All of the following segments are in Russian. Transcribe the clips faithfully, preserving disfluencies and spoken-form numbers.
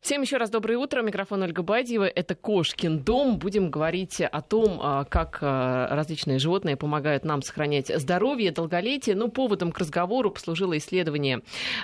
Всем еще раз доброе утро. Микрофон Ольга Бадьева. Это «Кошкин дом». Будем говорить о том, как различные животные помогают нам сохранять здоровье, долголетие. Ну, поводом к разговору послужило исследование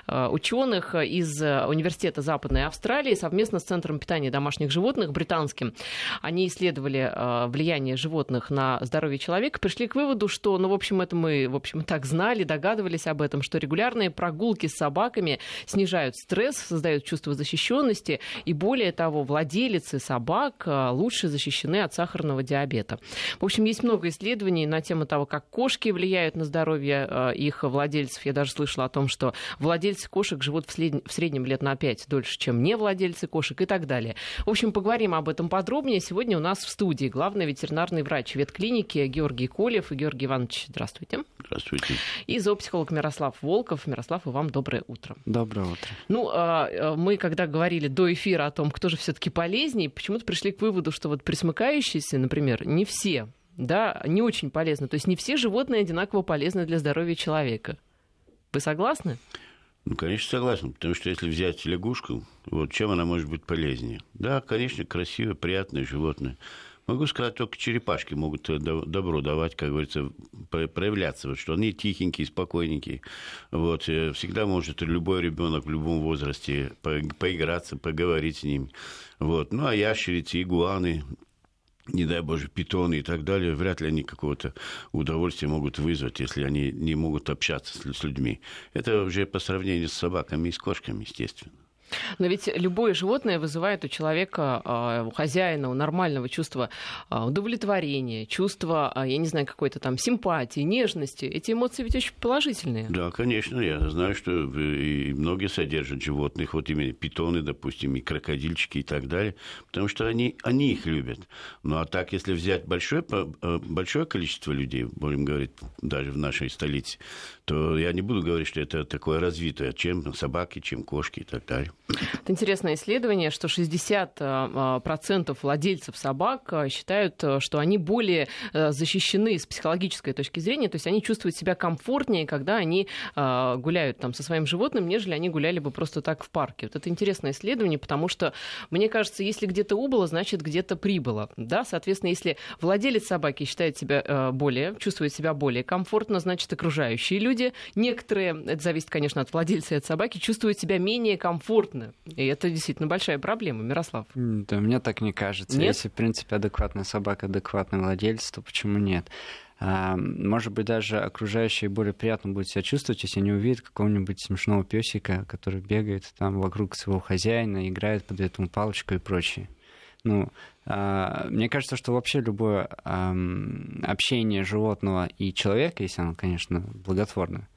ученых из Университета Западной Австралии совместно с Центром питания домашних животных британским. Они исследовали влияние животных на здоровье человека, пришли к выводу, что, ну, в общем, это мы, в общем, так знали, догадывались об этом, что регулярные прогулки с собаками снижают стресс, создают чувство защищенности. И более того, владелицы собак лучше защищены от сахарного диабета. В общем, есть много исследований на тему того, как кошки влияют на здоровье их владельцев. Я даже слышала о том, что владельцы кошек живут в среднем лет на пять дольше, чем не владельцы кошек и так далее. В общем, поговорим об этом подробнее. Сегодня у нас в студии главный ветеринарный врач ветклиники Георгий Колев. И Георгий Иванович, здравствуйте. Здравствуйте. И зоопсихолог Мирослав Волков. Мирослав, и вам доброе утро. Доброе утро. Ну, мы когда говорили до эфира о том, кто же все-таки полезнее, почему-то пришли к выводу, что вот пресмыкающиеся, например, не все, да, не очень полезны. То есть не все животные одинаково полезны для здоровья человека. Вы согласны? Ну, конечно, согласен, потому что если взять лягушку, вот чем она может быть полезнее? Да, конечно, красивое, приятное животное. Могу сказать, только черепашки могут добро давать, как говорится, проявляться, вот, что они тихенькие, спокойненькие. Вот, всегда может любой ребенок в любом возрасте поиграться, поговорить с ними. Вот. Ну, а ящерицы, игуаны, не дай боже, питоны и так далее, вряд ли они какого-то удовольствия могут вызвать, если они не могут общаться с людьми. Это уже по сравнению с собаками и с кошками, естественно. Но ведь любое животное вызывает у человека, у хозяина, у нормального чувства удовлетворения, чувства, я не знаю, какой-то там симпатии, нежности. Эти эмоции ведь очень положительные. Да, конечно. Я знаю, что и многие содержат животных, вот именно питоны, допустим, и крокодильчики и так далее, потому что они, они их любят. Ну, а так, если взять большое, большое количество людей, будем говорить, даже в нашей столице, то я не буду говорить, что это такое развитое, чем собаки, чем кошки и так далее. Это интересное исследование, что шестьдесят процентов владельцев собак считают, что они более защищены с психологической точки зрения, то есть они чувствуют себя комфортнее, когда они гуляют там со своим животным, нежели они гуляли бы просто так в парке. Вот это интересное исследование, потому что, мне кажется, если где-то убыло, значит, где-то прибыло. Да? Соответственно, если владелец собаки считает себя более, чувствует себя более комфортно, значит, окружающие люди, некоторые, это зависит, конечно, от владельца и от собаки, чувствуют себя менее комфортно. И это действительно большая проблема, Мирослав. Да, мне так не кажется. Нет? Если, в принципе, адекватная собака, адекватный владелец, то почему нет? А, может быть, даже окружающие более приятно будут себя чувствовать, если они увидят какого-нибудь смешного песика, который бегает там вокруг своего хозяина, играет под эту палочку и прочее. Ну, а, мне кажется, что вообще любое а, общение животного и человека, если оно, конечно, благотворное,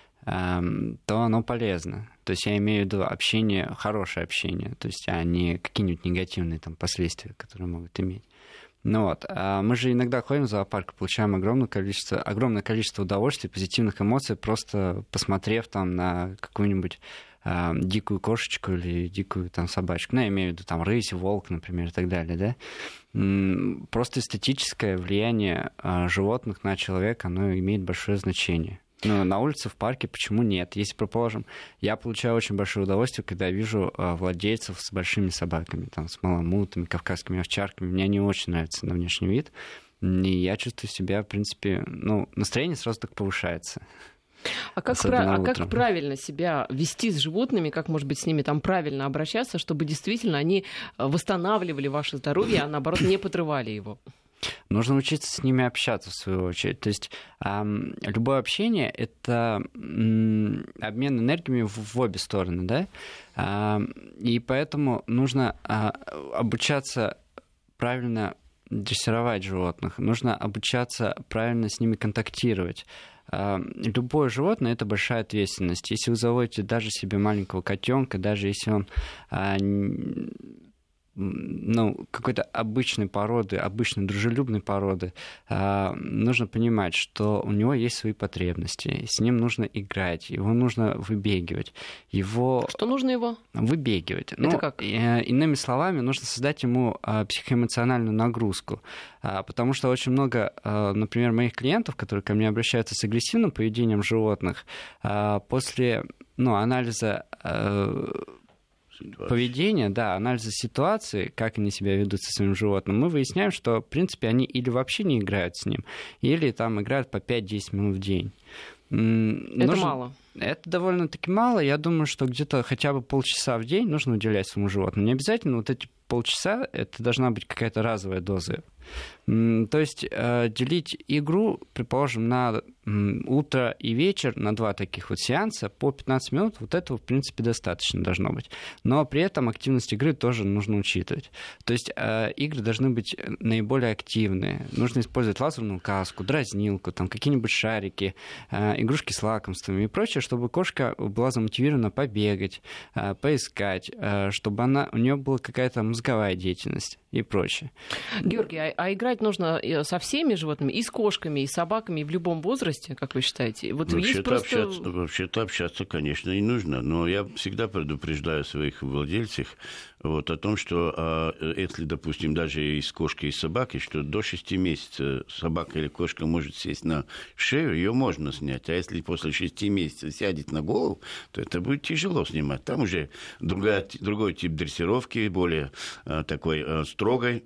то оно полезно. То есть я имею в виду общение, хорошее общение, то есть, а не какие-нибудь негативные там последствия, которые могут иметь. Ну вот. А мы же иногда ходим в зоопарк, получаем огромное количество, огромное количество удовольствия, позитивных эмоций, просто посмотрев там на какую-нибудь а, дикую кошечку или дикую там собачку. Ну, я имею в виду там рысь, волк, например, и так далее, да. Просто эстетическое влияние а, животных на человека, оно имеет большое значение. Ну, на улице, в парке, почему нет? Если, предположим, я получаю очень большое удовольствие, когда вижу э, владельцев с большими собаками, там, с маламутами, кавказскими овчарками. Мне они очень нравятся на внешний вид. И я чувствую себя, в принципе, ну, настроение сразу так повышается. А как, пра- а как правильно себя вести с животными, как, может быть, с ними там правильно обращаться, чтобы действительно они восстанавливали ваше здоровье, а наоборот не подрывали его? Нужно учиться с ними общаться, в свою очередь. То есть э, любое общение — это э, обмен энергиями в, в обе стороны, да? Э, и поэтому нужно э, обучаться правильно дрессировать животных, нужно обучаться правильно с ними контактировать. Э, любое животное — это большая ответственность. Если вы заводите даже себе маленького котенка, даже если он... Э, ну, какой-то обычной породы, обычной дружелюбной породы, э, нужно понимать, что у него есть свои потребности, с ним нужно играть, его нужно выбегивать. Его... Что нужно его? Выбегивать. Это ну, как? Э, иными словами, нужно создать ему э, психоэмоциональную нагрузку, э, потому что очень много, э, например, моих клиентов, которые ко мне обращаются с агрессивным поведением животных, э, после ну, анализа... Э, поведения, да, анализа ситуации, как они себя ведут со своим животным, мы выясняем, что, в принципе, они или вообще не играют с ним, или там играют по пять-десять минут в день. Это Нужно... мало. Это довольно-таки мало. Я думаю, что где-то хотя бы полчаса в день нужно уделять своему животному. Не обязательно вот эти полчаса, это должна быть какая-то разовая доза. То есть делить игру, предположим, на утро и вечер, на два таких вот сеанса по пятнадцать минут, вот этого, в принципе, достаточно должно быть. Но при этом активность игры тоже нужно учитывать. То есть игры должны быть наиболее активные. Нужно использовать лазерную каску, дразнилку, там, какие-нибудь шарики, игрушки с лакомствами и прочее, чтобы кошка была замотивирована побегать, поискать, чтобы она, у нее была какая-то мозговая деятельность и прочее. Георгий, а, а играть нужно со всеми животными, и с кошками, и с собаками, и в любом возрасте, как вы считаете? Вот вообще-то, просто... общаться, вообще-то общаться, конечно, и нужно, но я всегда предупреждаю своих владельцев вот, о том, что а, если, допустим, даже и с кошкой, и с собакой, что до шести месяцев собака или кошка может сесть на шею, ее можно снять, а если после шести месяцев сядет на голову, то это будет тяжело снимать. Там уже другая, другой тип дрессировки, более а, такой а, строгой.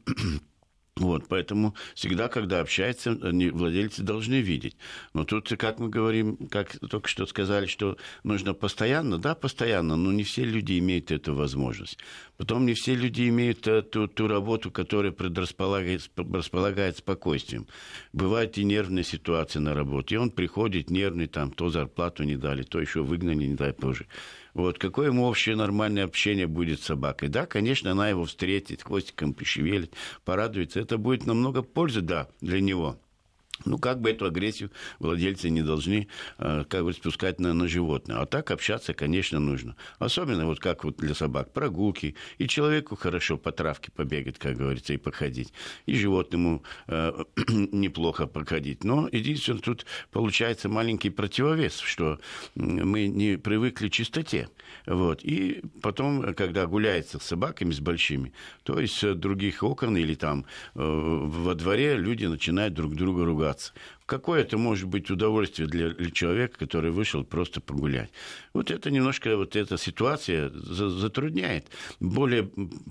Вот, поэтому всегда, когда общаются, они, владельцы должны видеть. Но тут, как мы говорим, как только что сказали, что нужно постоянно, да, постоянно, но не все люди имеют эту возможность. Потом не все люди имеют ту, ту работу, которая предрасполагает располагает спокойствием. Бывают и нервные ситуации на работе, и он приходит нервный, там, то зарплату не дали, то еще выгнали, не дай боже. Вот, какое ему общее нормальное общение будет с собакой? Да, конечно, она его встретит, хвостиком пошевелит, порадуется. Это будет намного пользы, да, для него. Ну, как бы эту агрессию владельцы не должны, как бы, спускать на, на животное. А так общаться, конечно, нужно. Особенно, вот как вот для собак, прогулки. И человеку хорошо по травке побегать, как говорится, и походить. И животному э, неплохо походить. Но единственное, тут получается маленький противовес, что мы не привыкли к чистоте. Вот. И потом, когда гуляется с собаками, с большими, то из других окон или там э, во дворе люди начинают друг друга ругать. Какое это может быть удовольствие для человека, который вышел просто погулять? Вот это немножко, вот эта ситуация затрудняет более,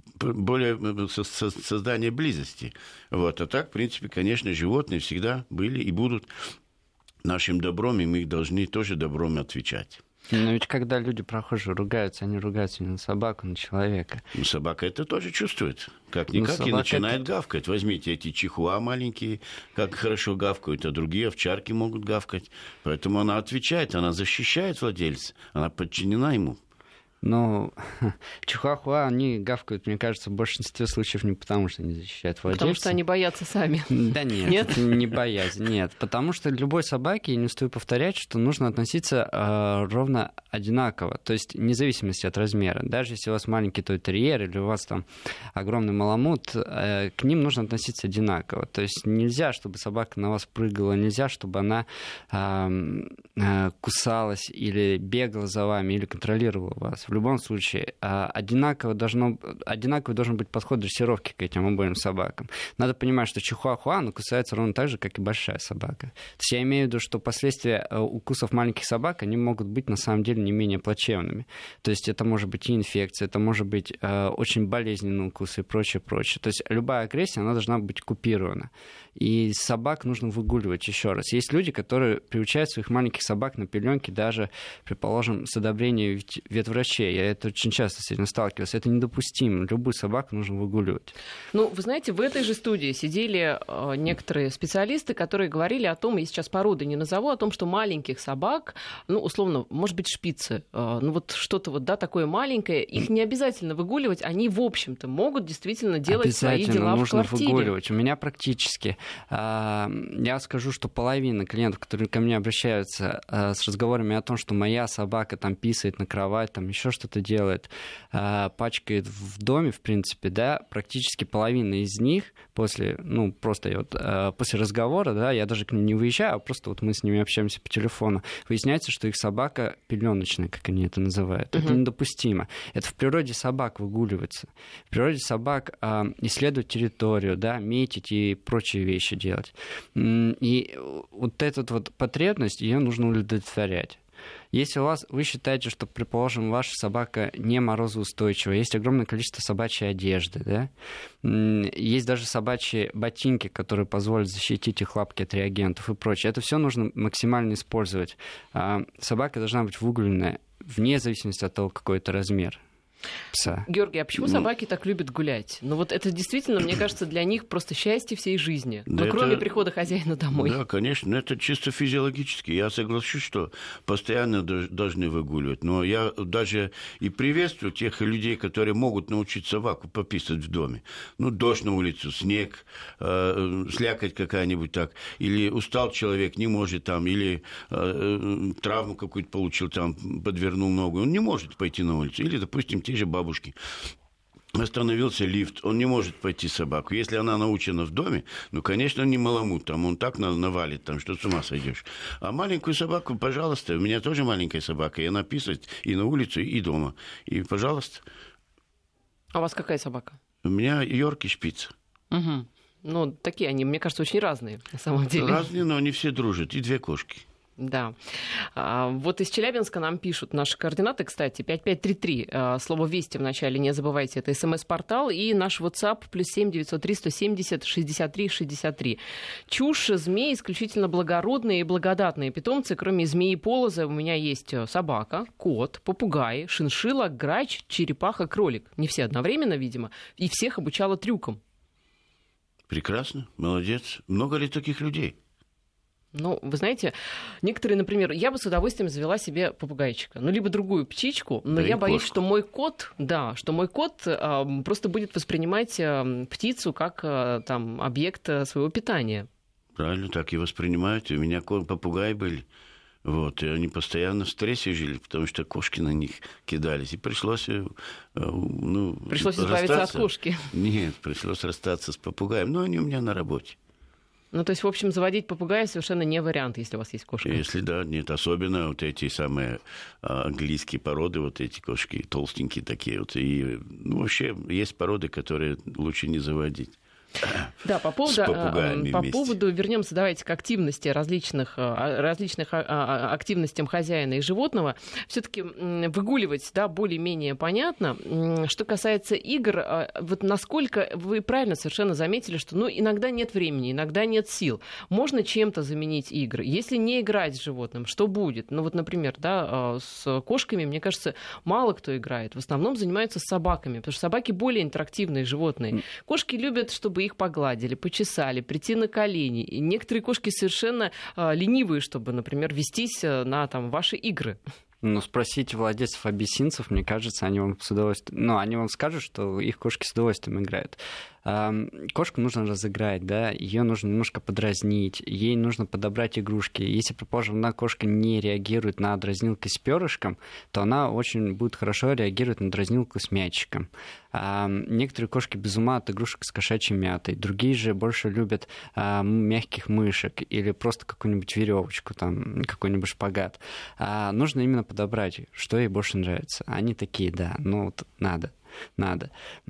более создание близости. Вот. А так, в принципе, конечно, животные всегда были и будут нашим добром, и мы их должны тоже добром отвечать. Но ведь когда люди прохожие ругаются, они ругаются не на собаку, а на человека. Ну, собака это тоже чувствует. Как-никак ну, и начинает это... гавкать. Возьмите эти чихуа маленькие, как хорошо гавкают, а другие овчарки могут гавкать. Поэтому она отвечает, она защищает владельца, она подчинена ему. Но чихуахуа, они гавкают, мне кажется, в большинстве случаев не потому, что они защищают владельца. Потому что они боятся сами. Да нет, нет? не боязнь, нет. Потому что любой собаке, я не устаю повторять, что нужно относиться э, ровно одинаково. То есть вне зависимости от размера. Даже если у вас маленький той-терьер или у вас там огромный маламут, э, к ним нужно относиться одинаково. То есть нельзя, чтобы собака на вас прыгала, нельзя, чтобы она э, э, кусалась или бегала за вами, или контролировала вас. В любом случае, одинаково должно, одинаковый должен быть подход дрессировки к этим обоим собакам. Надо понимать, что чихуахуа, она кусается ровно так же, как и большая собака. То есть я имею в виду, что последствия укусов маленьких собак, они могут быть на самом деле не менее плачевными. То есть это может быть и инфекция, это может быть очень болезненный укус и прочее, прочее. То есть любая агрессия, она должна быть купирована. И собак нужно выгуливать еще раз. Есть люди, которые приучают своих маленьких собак на пеленки даже, предположим, с одобрения ветврачей. Я это очень часто с этим сталкивался. Это недопустимо. Любую собаку нужно выгуливать. Ну, вы знаете, в этой же студии сидели э, некоторые специалисты, которые говорили о том, я сейчас породы не назову, о том, что маленьких собак, ну, условно, может быть, шпицы, э, ну, вот что-то вот, да, такое маленькое, их не обязательно выгуливать, они, в общем-то, могут действительно делать свои дела в квартире. Обязательно нужно выгуливать. У меня практически, э, я скажу, что половина клиентов, которые ко мне обращаются э, с разговорами о том, что моя собака там писает на кровать, там еще что-то делает, пачкает в доме, в принципе, да, практически половина из них после, ну, просто я вот, после разговора, да, я даже к ним не выезжаю, а просто вот мы с ними общаемся по телефону, выясняется, что их собака пеленочная, как они это называют. Uh-huh. Это недопустимо. Это в природе собак выгуливаться. В природе собак а, исследовать территорию, да, метить и прочие вещи делать. И вот эту вот потребность, ее нужно удовлетворять. Если у вас, вы считаете, что, предположим, ваша собака не морозоустойчива, есть огромное количество собачьей одежды, да? Есть даже собачьи ботинки, которые позволят защитить их лапки от реагентов и прочее. Это все нужно максимально использовать. Собака должна быть выгуленная, вне зависимости от того, какой это размер пса. Георгий, а почему Ну, собаки так любят гулять? Ну вот это действительно, мне кажется, для них просто счастье всей жизни. Да ну, кроме это- прихода хозяина домой. Да, конечно, но это чисто физиологически. Я соглашусь, что постоянно дож- должны выгуливать. Но я даже и приветствую тех людей, которые могут научить собаку пописать в доме. Ну, дождь на улице, снег, э, слякоть какая-нибудь так. Или устал человек, не может там, или э, э, травму какую-то получил, там, подвернул ногу. Он не может пойти на улицу. Или, допустим, те же бабушки. Остановился лифт, он не может пойти собаку. Если она научена в доме, ну, конечно, он не маламут, там он так на- навалит, там, что с ума сойдешь. А маленькую собаку, пожалуйста, у меня тоже маленькая собака, и она писает и на улицу, и дома. И, пожалуйста, А у вас какая собака? у меня Йорк и Шпиц. Угу. Ну, такие они, мне кажется, очень разные на самом деле. Разные, но они все дружат, и две кошки. Да. А, вот из Челябинска нам пишут наши координаты, кстати, пять пять три три. А, слово «Вести» в начале, не забывайте, это СМС-портал. И наш WhatsApp плюс семь девятьсот три сто семьдесят шестьдесят три шестьдесят три. Чушь, змеи исключительно благородные и благодатные питомцы. Кроме змеи полоза у меня есть собака, кот, попугай, шиншилла, грач, черепаха, кролик. Не все одновременно, видимо. И всех обучала трюкам. Прекрасно, молодец. Много ли таких людей? Ну, вы знаете, некоторые, например, я бы с удовольствием завела себе попугайчика, ну, либо другую птичку, но Да я и боюсь, кошку. что мой кот, да, что мой кот а, просто будет воспринимать а, птицу как а, там объект а, своего питания. Правильно, так и воспринимают. И у меня ко- попугаи были. Вот, и они постоянно в стрессе жили, потому что кошки на них кидались. И пришлось, э, э, ну, Пришлось избавиться от расстаться. кошки. Нет, пришлось расстаться с попугаем. Но они у меня на работе. Ну, то есть, в общем, заводить попугая совершенно не вариант, если у вас есть кошка. Если да, нет, особенно вот эти самые а, английские породы, вот эти кошки толстенькие такие вот. И ну, вообще есть породы, которые лучше не заводить. Да, по поводу, С попугаями по вместе. поводу, вернемся, давайте к активности различных, а, различных а, а, активностям хозяина и животного. Все-таки выгуливать, да, более-менее понятно. М, Что касается игр, а, вот насколько вы правильно совершенно заметили, что, ну, иногда нет времени, иногда нет сил. Можно чем-то заменить игры. Если не играть с животным, что будет? Ну, вот, например, да, а, с кошками, мне кажется, мало кто играет. В основном занимаются с собаками, потому что собаки более интерактивные животные. Кошки любят, чтобы их погладили, почесали, прийти на колени. И некоторые кошки совершенно а, ленивые, чтобы, например, вестись а, на там, ваши игры. Ну, спросите владельцев абиссинцев, мне кажется, они вам с удовольствием... Ну, они вам скажут, что их кошки с удовольствием играют. Кошку нужно разыграть, да, ее нужно немножко подразнить, ей нужно подобрать игрушки. Если, предположим, одна кошка не реагирует на дразнилку с перышком, то она очень будет хорошо реагировать на дразнилку с мячиком. А некоторые кошки без ума от игрушек с кошачьей мятой, другие же больше любят а, мягких мышек или просто какую-нибудь веревочку, там, какой-нибудь шпагат. А нужно именно подобрать, что ей больше нравится. Они такие, да, ну вот надо. Надо.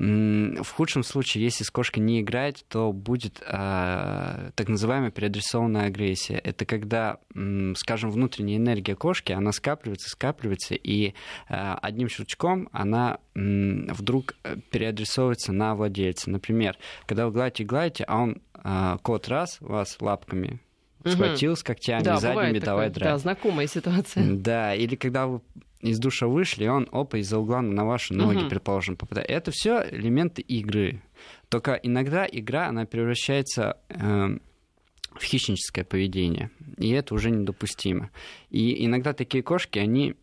В худшем случае, если с кошкой не играть, то будет а, так называемая переадресованная агрессия. Это когда, скажем, внутренняя энергия кошки, она скапливается, скапливается, и а, одним щелчком она м, вдруг переадресовывается на владельца. Например, когда вы гладите, гладите, а он, а, кот раз вас лапками схватил с когтями, Да, задними бывает давай такое. драть. Да, знакомая ситуация. Да, или когда вы из душа вышли, и он, опа, из-за угла на ваши ноги, Мгм. предположим, попадает. Это все элементы игры. Только иногда игра, она превращается э, в хищническое поведение, и это уже недопустимо. И иногда такие кошки, они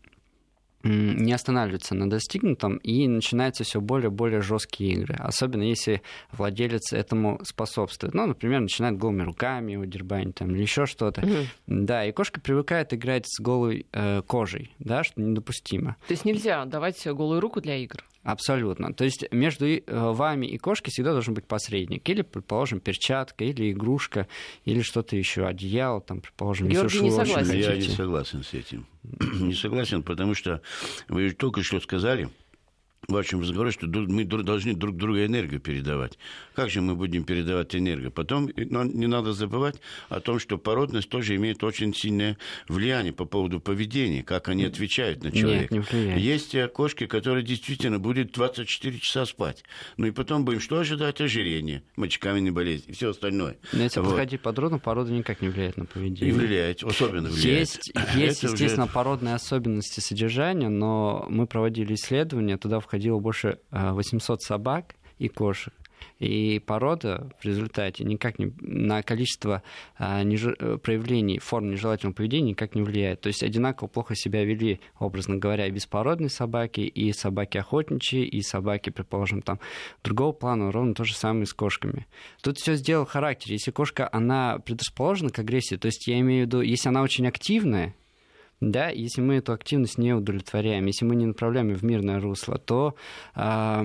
м, не останавливаются на достигнутом, и начинаются все более и более жесткие игры. Особенно если владелец этому способствует. Ну, например, начинает голыми руками его дербанить там, или еще что-то. Мгм. Да, и кошка привыкает играть с голой э, кожей, да, что недопустимо. То есть нельзя давать голую руку для игр. Абсолютно. То есть между э, вами и кошкой всегда должен быть посредник. Или, предположим, перчатка, или игрушка, или что-то еще, одеяло, там, предположим, Георгий если не уж вы очень согласен. Я не хотите. согласен с этим. Не согласен, потому что вы только что сказали, в вашем разговоре, что мы должны друг другу энергию передавать. Как же мы будем передавать энергию? Потом не надо забывать о том, что породность тоже имеет очень сильное влияние по поводу поведения, как они отвечают на человека. Нет, не влияет. Есть кошки, которые действительно будут двадцать четыре часа спать. Ну и потом будем что ожидать? Ожирение, мочекаменная болезнь и все остальное. Но если вот. подходить подробно, порода никак не влияет на поведение. Не влияет, особенно влияет. Есть, есть естественно, уже... породные особенности содержания, но мы проводили исследования, туда входило больше восемьсот собак и кошек. И порода в результате никак не, на количество а, неж, проявлений форм нежелательного поведения никак не влияет. То есть одинаково плохо себя вели, образно говоря, и беспородные собаки, и собаки охотничьи, и собаки, предположим, там другого плана, ровно то же самое с кошками. Тут все сделал характер. Если кошка, она предрасположена к агрессии, то есть я имею в виду, если она очень активная, да, если мы эту активность не удовлетворяем, если мы не направляем ее в мирное русло, то э,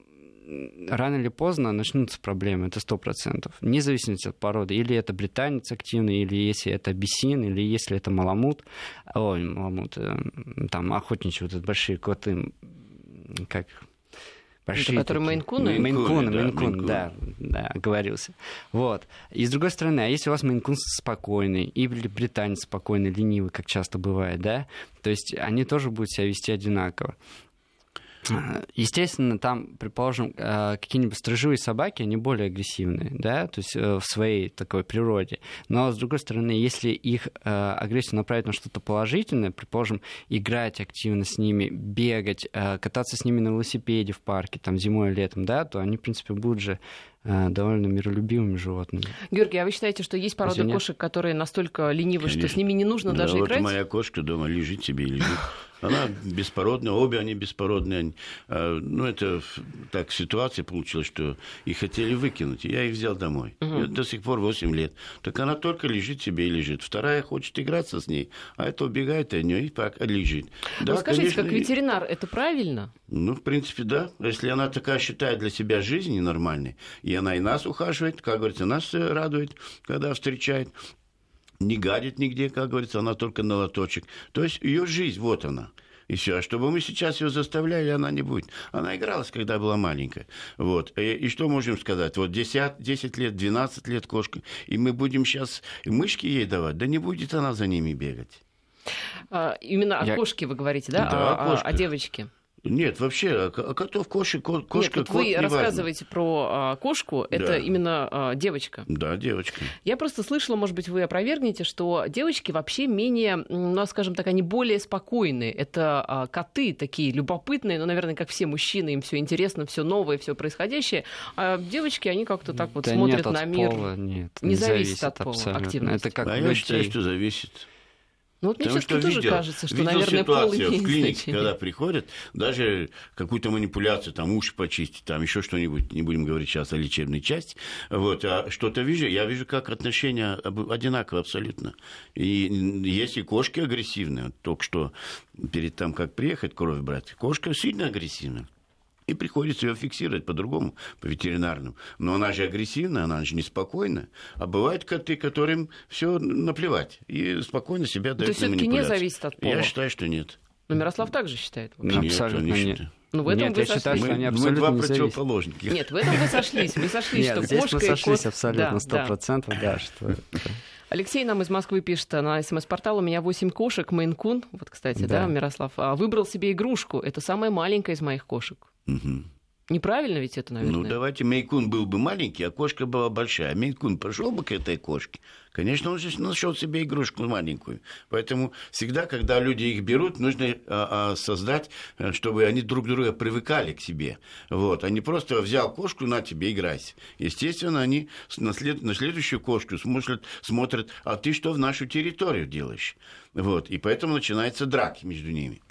рано или поздно начнутся проблемы, это сто процентов. Вне зависимости от породы. Или это британец активный, или если это абиссин, или если это маламут. Ой, маламут, э, там охотничьи вот эти большие коты, как... Большие это которые мейн-куны? Мейн-куны, да, мейн-кун, да, да, оговорился. Вот. И с другой стороны, а если у вас мейн-кун спокойный, или британец спокойный, ленивый, как часто бывает, да, то есть они тоже будут себя вести одинаково. Естественно, там, предположим, какие-нибудь сторожевые собаки, они более агрессивные, да, то есть в своей такой природе. Но, с другой стороны, если их агрессию направить на что-то положительное, предположим, играть активно с ними, бегать, кататься с ними на велосипеде в парке, там, зимой и летом, да, то они, в принципе, будут же довольно миролюбивыми животными. Георгий, а вы считаете, что есть породы Извиня? кошек, которые настолько ленивы, Конечно. что с ними не нужно да, даже вот играть? Моя кошка дома лежит себе и лежит. Она беспородная, обе они беспородные. Ну, это так ситуация получилась, что их хотели выкинуть. Я их взял домой. Угу. До сих пор восемь лет. Так она только лежит себе и лежит. Вторая хочет играться с ней, а это убегает от нее и пока лежит. Ну, да, скажите, конечно, как ветеринар, это правильно? Ну, в принципе, да. Если она такая считает для себя жизнь нормальной, и она и нас ухаживает, как говорится, нас радует, когда встречает, не гадит нигде, как говорится, она только на лоточек. То есть ее жизнь, вот она. И все. А чтобы мы сейчас ее заставляли, она не будет. Она игралась, когда была маленькая. Вот. И, и что можем сказать? Вот десять, десять лет, двенадцать лет кошка, и мы будем сейчас мышки ей давать? Да не будет она за ними бегать. А, именно о Я... кошке вы говорите, да? Да, о, о, о девочке. Нет, вообще, а котов, кошек, кошка, Нет, вот кот вы не рассказываете важно. про а, кошку, это да. именно а, девочка. Да, девочка. Я просто слышала, может быть, вы опровергнете, что девочки вообще менее, ну, скажем так, они более спокойные. Это а, коты такие любопытные, ну, наверное, как все мужчины, им все интересно, все новое, все происходящее. А девочки, они как-то так вот да смотрят нет, от на мир. Пола, нет, не, не зависит, зависит от пола абсолютно. активности. Это как а у я людей. считаю, что зависит. Ну, вот мне Потому все-таки тоже видел, кажется, что, видел наверное, пол ситуацию имеет в клинике, значение. когда приходят, даже какую-то манипуляцию, там, уши почистить, там, еще что-нибудь, не будем говорить сейчас о лечебной части, вот, а что-то вижу, я вижу, как отношения одинаковые абсолютно. И есть и кошки агрессивные, вот только что перед тем, как приехать кровь брать, кошка сильно агрессивная. И приходится ее фиксировать по-другому, по ветеринарному. Но она же агрессивная, она же неспокойная. А бывают коты, которым все наплевать. И спокойно себя дают на манипуляции. То есть все-таки не зависит от пола? Я считаю, что нет. Но Мирослав также считает. Ну, абсолютно нет. нет. нет. Ну, в этом Нет, вы я сошлись. считаю, что мы, они мы абсолютно два не противоположника. Нет, в этом вы сошлись. Мы сошлись, Нет, что здесь кошка мы и сошлись кот... абсолютно, сто да, процентов, да, что... Алексей нам из Москвы пишет на СМС-портал: у меня восемь кошек, мейн-кун, вот, кстати, да, Да. Мирослав, выбрал себе игрушку. Это самая маленькая из моих кошек. Угу. Неправильно ведь это, наверное? Ну, давайте, мейн-кун был бы маленький, а кошка была большая. Мейн-кун пошел бы к этой кошке, конечно, он же нашел себе игрушку маленькую. Поэтому всегда, когда люди их берут, нужно а, а, создать, чтобы они друг друга привыкали к себе. Вот. А не просто взял кошку, на тебе, играйся. Естественно, они на, след... на следующую кошку смотрят, смотрят, а ты что в нашу территорию делаешь? Вот. И поэтому начинаются драки между ними.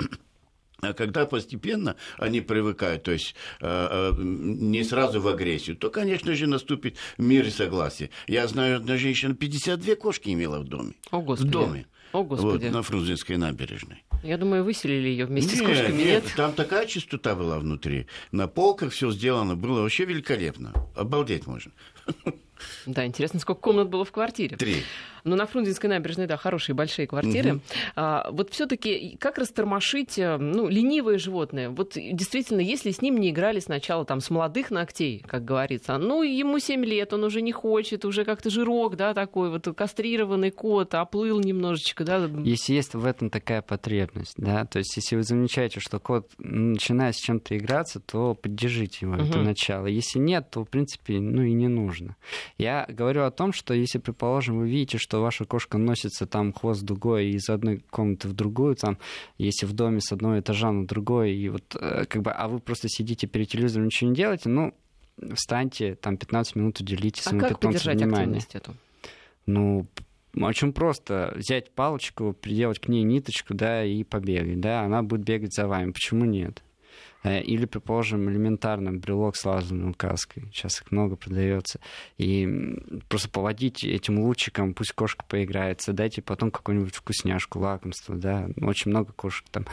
А когда постепенно они привыкают, то есть э, э, не сразу в агрессию, то, конечно же, наступит мир и согласие. Я знаю, одна женщина пятьдесят две кошки имела в доме. О, Господи. В доме. О, Господи. Вот, на Фрунзенской набережной. Я думаю, выселили ее вместе нет, с кошками, нет? нет? Там такая чистота была внутри. На полках все сделано было вообще великолепно. Обалдеть можно. Да, интересно, сколько комнат было в квартире. Три. Но на Фрунзенской набережной, да, хорошие большие квартиры. Угу. А, вот все-таки как растормошить, ну, ленивое животное? Вот действительно, если с ним не играли сначала там с молодых ногтей, как говорится, ну, ему семь лет, он уже не хочет, уже как-то жирок, да, такой вот кастрированный кот, оплыл немножечко, да. Если есть в этом такая потребность, да, то есть если вы замечаете, что кот начинает с чем-то играться, то поддержите его, угу. это начало. Если нет, то, в принципе, ну и не нужно. Я говорю о том, что если, предположим, вы видите, что что ваша кошка носится там хвост дугой из одной комнаты в другую, там, если в доме с одного этажа на другой, и вот, как бы, а вы просто сидите перед телевизором, ничего не делаете, ну, встаньте, там, пятнадцать минут уделите своему питомцу внимание. А как поддержать активность эту? Ну, очень просто. Взять палочку, приделать к ней ниточку, да, и побегать, да, она будет бегать за вами. Почему нет? Или, предположим, элементарно брелок с лазерной указкой. Сейчас их много продается. И просто поводить этим лучиком, пусть кошка поиграется, дайте потом какую-нибудь вкусняшку, лакомство. Да? Очень много кошек там.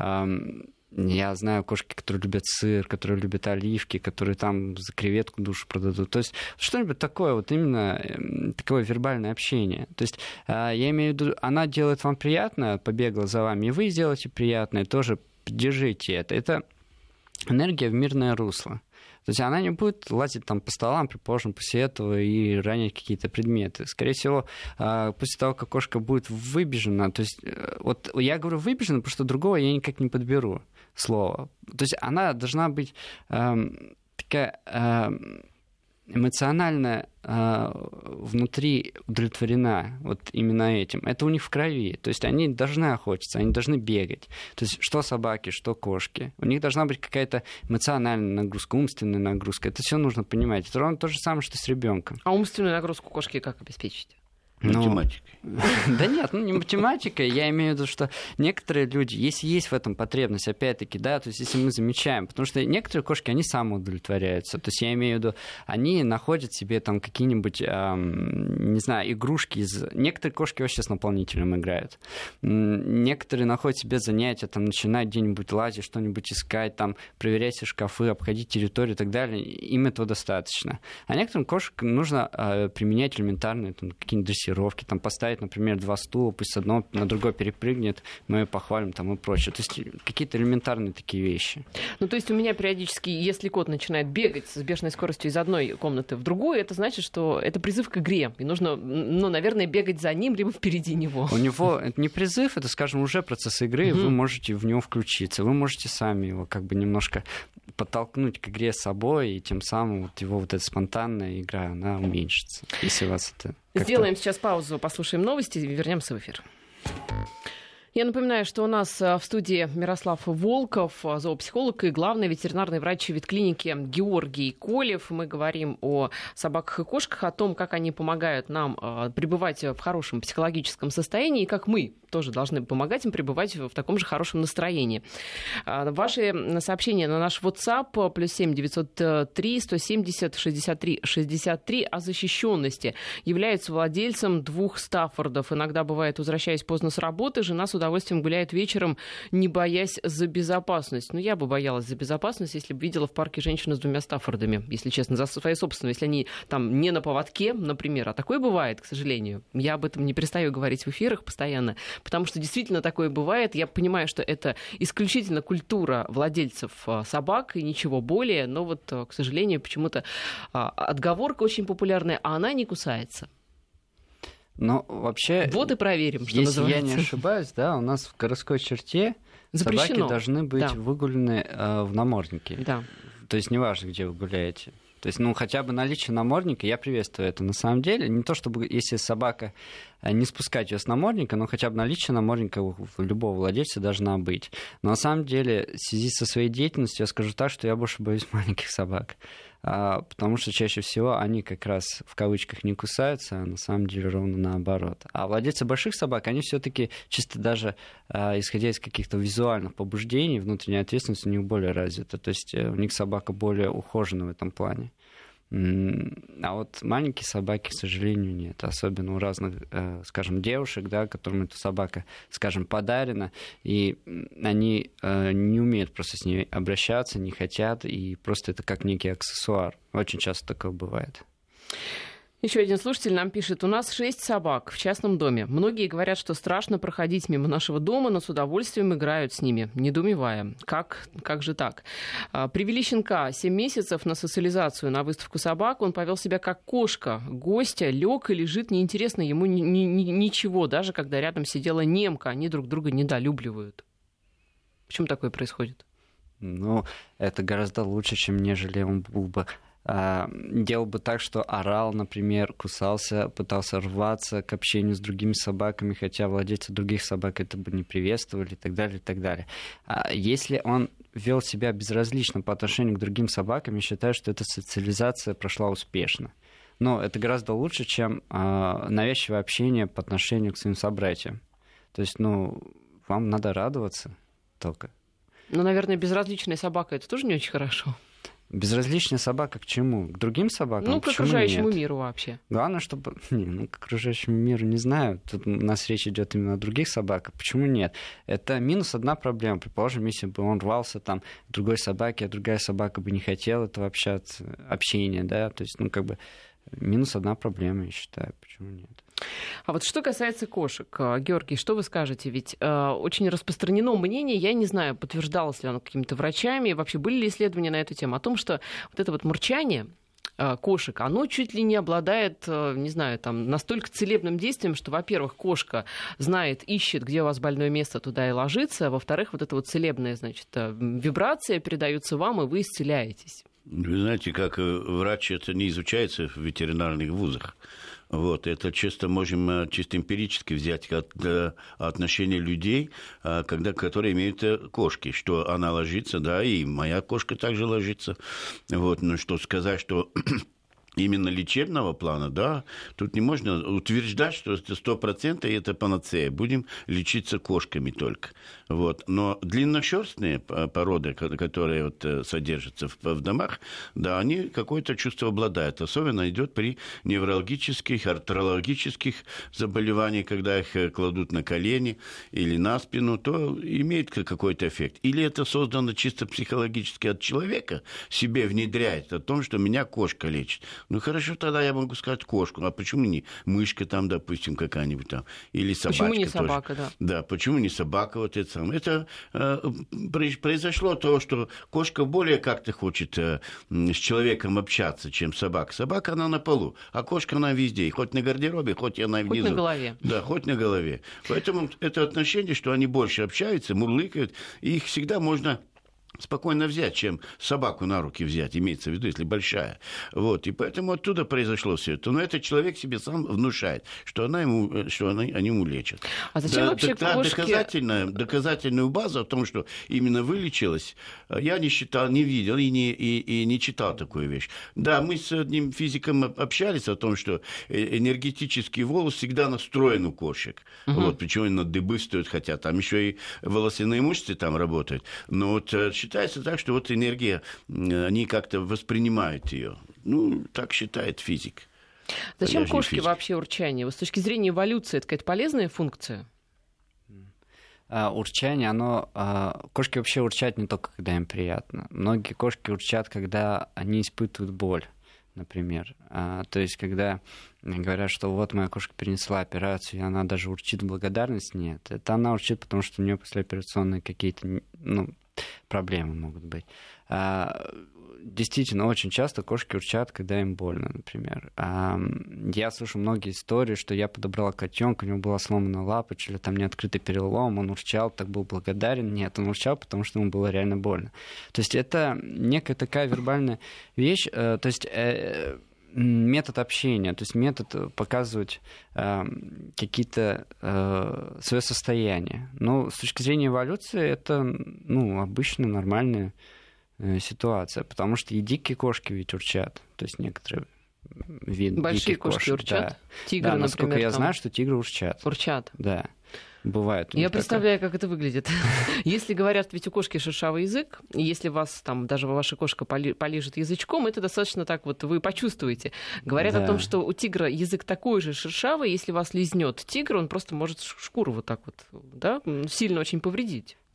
Я знаю кошки, которые любят сыр, которые любят оливки, которые там за креветку душу продадут. То есть что-нибудь такое, вот именно такое вербальное общение. То есть я имею в виду, она делает вам приятно, побегала за вами, и вы сделаете приятное, тоже поддержите это. Это энергия в мирное русло. То есть она не будет лазить там по столам, предположим, после этого и ранить какие-то предметы. Скорее всего, после того, как кошка будет выбежана, то есть вот я говорю выбежана, потому что другого я никак не подберу слова. То есть она должна быть эм, такая эм, эмоционально э, внутри удовлетворена вот именно этим. Это у них в крови. То есть они должны охотиться, они должны бегать. То есть что собаки, что кошки. У них должна быть какая-то эмоциональная нагрузка, умственная нагрузка. Это все нужно понимать. Это ровно то же самое, что с ребенком. А умственную нагрузку кошки как обеспечить? Математикой. Ну, да нет, ну не математикой, я имею в виду, что некоторые люди, если есть в этом потребность, опять-таки, да, то есть если мы замечаем, потому что некоторые кошки, они самоудовлетворяются, то есть я имею в виду, они находят себе там какие-нибудь, эм, не знаю, игрушки из... Некоторые кошки вообще с наполнителем играют, некоторые находят себе занятия, там, начинают где-нибудь лазить, что-нибудь искать, там, проверять все шкафы, обходить территорию и так далее, им этого достаточно. А некоторым кошкам нужно э, применять элементарные там, какие-нибудь дрессировки, там поставить, например, два стула, пусть с одного на другой перепрыгнет, мы ее похвалим там и прочее. То есть какие-то элементарные такие вещи. Ну, то есть у меня периодически, если кот начинает бегать с бешеной скоростью из одной комнаты в другую, это значит, что это призыв к игре. И нужно, ну, наверное, бегать за ним, либо впереди него. У него это не призыв, это, скажем, уже процесс игры, mm-hmm. вы можете в него включиться, вы можете сами его как бы немножко подтолкнуть к игре с собой, и тем самым вот его вот эта спонтанная игра, она уменьшится, если вас это... Сделаем сейчас паузу, послушаем новости и вернемся в эфир. Я напоминаю, что у нас в студии Мирослав Волков, зоопсихолог и главный ветеринарный врач ветклиники Георгий Колев. Мы говорим о собаках и кошках, о том, как они помогают нам пребывать в хорошем психологическом состоянии и как мы тоже должны помогать им пребывать в таком же хорошем настроении. Ваши сообщения на наш WhatsApp плюс семь девятьсот три сто семьдесят шестьдесят три шестьдесят три о защищенности. Является владельцем двух стаффордов. Иногда бывает, возвращаясь поздно с работы, жена с удовольствием гуляет вечером, не боясь за безопасность. Ну, я бы боялась за безопасность, если бы видела в парке женщину с двумя стаффордами, если честно, за свои собственные, если они там не на поводке, например. А такое бывает, к сожалению. Я об этом не перестаю говорить в эфирах постоянно, потому что действительно такое бывает. Я понимаю, что это исключительно культура владельцев собак и ничего более, но вот, к сожалению, почему-то отговорка очень популярная, а она не кусается. Но вообще... Вот и проверим, что если называется. Если я не ошибаюсь, да, у нас в городской черте запрещено. Собаки должны быть да. выгулены э, в наморднике. Да. То есть неважно, где вы гуляете. То есть, ну, хотя бы наличие намордника, я приветствую это. На самом деле, не то чтобы, если собака, не спускать ее с намордника, но хотя бы наличие намордника у любого владельца должна быть. Но на самом деле, в связи со своей деятельностью, я скажу так, что я больше боюсь маленьких собак. А, потому что чаще всего они как раз в кавычках не кусаются, а на самом деле ровно наоборот. А владельцы больших собак, они все-таки чисто даже а, исходя из каких-то визуальных побуждений, внутренняя ответственность у них более развита. То есть у них собака более ухожена в этом плане. А вот маленькие собаки, к сожалению, нет. Особенно у разных, скажем, девушек, да, которым эта собака, скажем, подарена, и они не умеют просто с ней обращаться, не хотят, и просто это как некий аксессуар. Очень часто такое бывает. Еще один слушатель нам пишет: у нас шесть собак в частном доме. Многие говорят, что страшно проходить мимо нашего дома, но с удовольствием играют с ними, недоумевая. Как, как же так? Привели щенка семь месяцев на социализацию на выставку собак. Он повел себя как кошка. Гостя лег и лежит, неинтересно ему ни, ни, ничего, даже когда рядом сидела немка. Они друг друга недолюбливают. Почему такое происходит? Ну, это гораздо лучше, чем нежели он был бы... делал бы так, что орал, например, кусался, пытался рваться к общению с другими собаками, хотя владельцы других собак это бы не приветствовали и так далее, и так далее. А если он вел себя безразлично по отношению к другим собакам, я считаю, что эта социализация прошла успешно. Но это гораздо лучше, чем а, навязчивое общение по отношению к своим собратьям. То есть, ну, вам надо радоваться только. Ну, наверное, безразличная собака — это тоже не очень хорошо. Безразличная собака к чему? К другим собакам? Ну, к окружающему миру вообще. Главное, чтобы... Не, ну, к окружающему миру не знаю. Тут у нас речь идет именно о других собаках. Почему нет? Это минус одна проблема. Предположим, если бы он рвался там к другой собаке, а другая собака бы не хотела этого общаться, общения, да, то есть, ну, как бы минус одна проблема, я считаю. Почему нет? А вот что касается кошек, Георгий, что вы скажете? Ведь э, очень распространено мнение, я не знаю, подтверждалось ли оно какими-то врачами, вообще были ли исследования на эту тему, о том, что вот это вот мурчание э, кошек, оно чуть ли не обладает, э, не знаю, там, настолько целебным действием, что, во-первых, кошка знает, ищет, где у вас больное место, туда и ложится, а во-вторых, вот эта вот целебная, значит, вибрация передается вам, и вы исцеляетесь. Вы знаете, как врач это не изучается в ветеринарных вузах. Вот, это чисто можем чисто эмпирически взять от, от отношения людей, когда, которые имеют кошки, что она ложится, да, и моя кошка также ложится. Вот, но что сказать, что... Именно лечебного плана, да, тут не можно утверждать, что это сто процентов это панацея. Будем лечиться кошками только. Вот. Но длинношерстные породы, которые вот содержатся в, в домах, да, они какое-то чувство обладают. Особенно идет при неврологических, артрологических заболеваниях, когда их кладут на колени или на спину, то имеет какой-то эффект. Или это создано чисто психологически от человека, себе внедряет о том, что меня кошка лечит. Ну, хорошо, тогда я могу сказать кошку. А почему не мышка там, допустим, какая-нибудь там? Или собачка Почему не тоже. собака, да? Да, почему не собака вот это самое? Это э, произошло то, что кошка более как-то хочет э, с человеком общаться, чем собака. Собака, она на полу, а кошка, она везде. Хоть на гардеробе, хоть она внизу. Хоть на голове. Да, хоть на голове. Поэтому это отношение, что они больше общаются, мурлыкают, и их всегда можно... спокойно взять, чем собаку на руки взять, имеется в виду, если большая. Вот. И поэтому оттуда произошло все это. Но этот человек себе сам внушает, что, она ему, что она, они ему лечат. А зачем да, вообще да, кошки... доказательная, доказательную базу о том, что именно вылечилась, я не считал, не видел и не, и, и не читал такую вещь. Да, мы с одним физиком общались о том, что энергетический волос всегда настроен у кошек. Угу. Вот, причем на дыбы стоят, хотя там еще и волосяные мышцы там работают. Но вот считается так, что вот энергия, они как-то воспринимают ее. Ну, так считает физик. Зачем кошки физик. Вообще урчание? С точки зрения эволюции, это какая-то полезная функция? А, урчание, оно... А, кошки вообще урчат не только, когда им приятно. Многие кошки урчат, когда они испытывают боль, например. А, то есть, когда говорят, что вот моя кошка перенесла операцию, и она даже урчит в благодарность, нет. Это она урчит, потому что у нее послеоперационные какие-то... ну, проблемы могут быть. Действительно, очень часто кошки урчат, когда им больно, например. Я слышу многие истории, что я подобрала котенка, у него была сломана лапа, или там неоткрытый перелом, он урчал, так был благодарен. Нет, он урчал, потому что ему было реально больно. То есть это некая такая вербальная вещь, то есть метод общения, то есть метод показывать э, какие-то э, свое состояние. Но с точки зрения эволюции это ну, обычная нормальная э, ситуация, потому что и дикие кошки ведь урчат, то есть некоторые виды большие диких кошки кошек. Урчат? Да. Тигры, да, насколько например, я там... знаю, что тигры урчат. Урчат. Да. Бывает. Я представляю, такая... как это выглядит. Если говорят, ведь у кошки шершавый язык, и если вас там даже ваша кошка полижет язычком, это достаточно так вот вы почувствуете. Говорят да. о том, что у тигра язык такой же шершавый, если вас лизнет тигр, он просто может шкуру вот так вот, да, сильно очень повредить.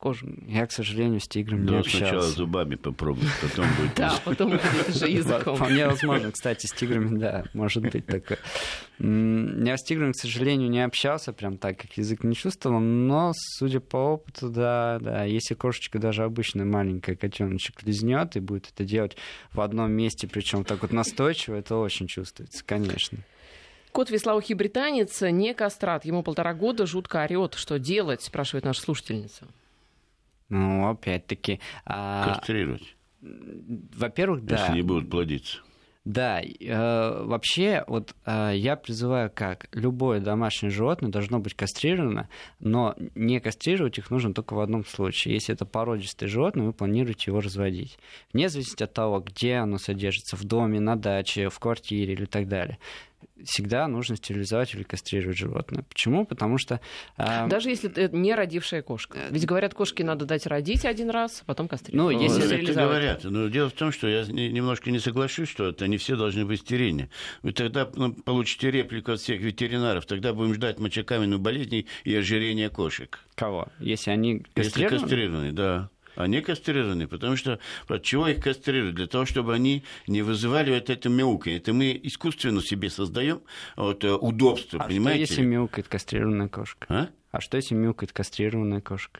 кожу? Я, к сожалению, с тигром не общался. Сначала зубами попробуй, потом будет... Да, потом будет уже языком. Вполне возможно, кстати, с тиграми, да, может быть такое. Я с тигром, к сожалению, не общался прям так, как язык не чувствовал, но, судя по опыту, да, да, если кошечка даже обычная маленькая котеночек лизнет и будет это делать в одном месте, причем так вот настойчиво, это очень чувствуется, конечно. Кот вислоухий британец не кастрат. Ему полтора года, жутко орет. Что делать, спрашивает наша слушательница. Ну, опять-таки... Кастрировать. Во-первых, да. Если не будут плодиться. Да, э, вообще, вот э, я призываю как, любое домашнее животное должно быть кастрировано, но не кастрировать их нужно только в одном случае. Если это породистое животное, вы планируете его разводить. Вне зависимости от того, где оно содержится, в доме, на даче, в квартире или так далее. Всегда нужно стерилизовать или кастрировать животное. Почему? Потому что... Э... Даже если это не родившая кошка. Ведь говорят, кошке надо дать родить один раз, а потом кастрировать. Ну, если ну, стерилизовать. Это говорят. Но дело в том, что я немножко не соглашусь, что это не все должны быть стерильны. Вы тогда ну, получите реплику от всех ветеринаров. Тогда будем ждать мочекаменную болезнь и ожирения кошек. Кого? Если они кастрированы? Если кастрированы, да. Они кастрированы, потому что от чего их кастрируют? Для того, чтобы они не вызывали вот это мяуканье. Это мы искусственно себе создаем вот, удобство, а понимаете? А что, если мяукает кастрированная кошка? А? А что, если мяукает кастрированная кошка?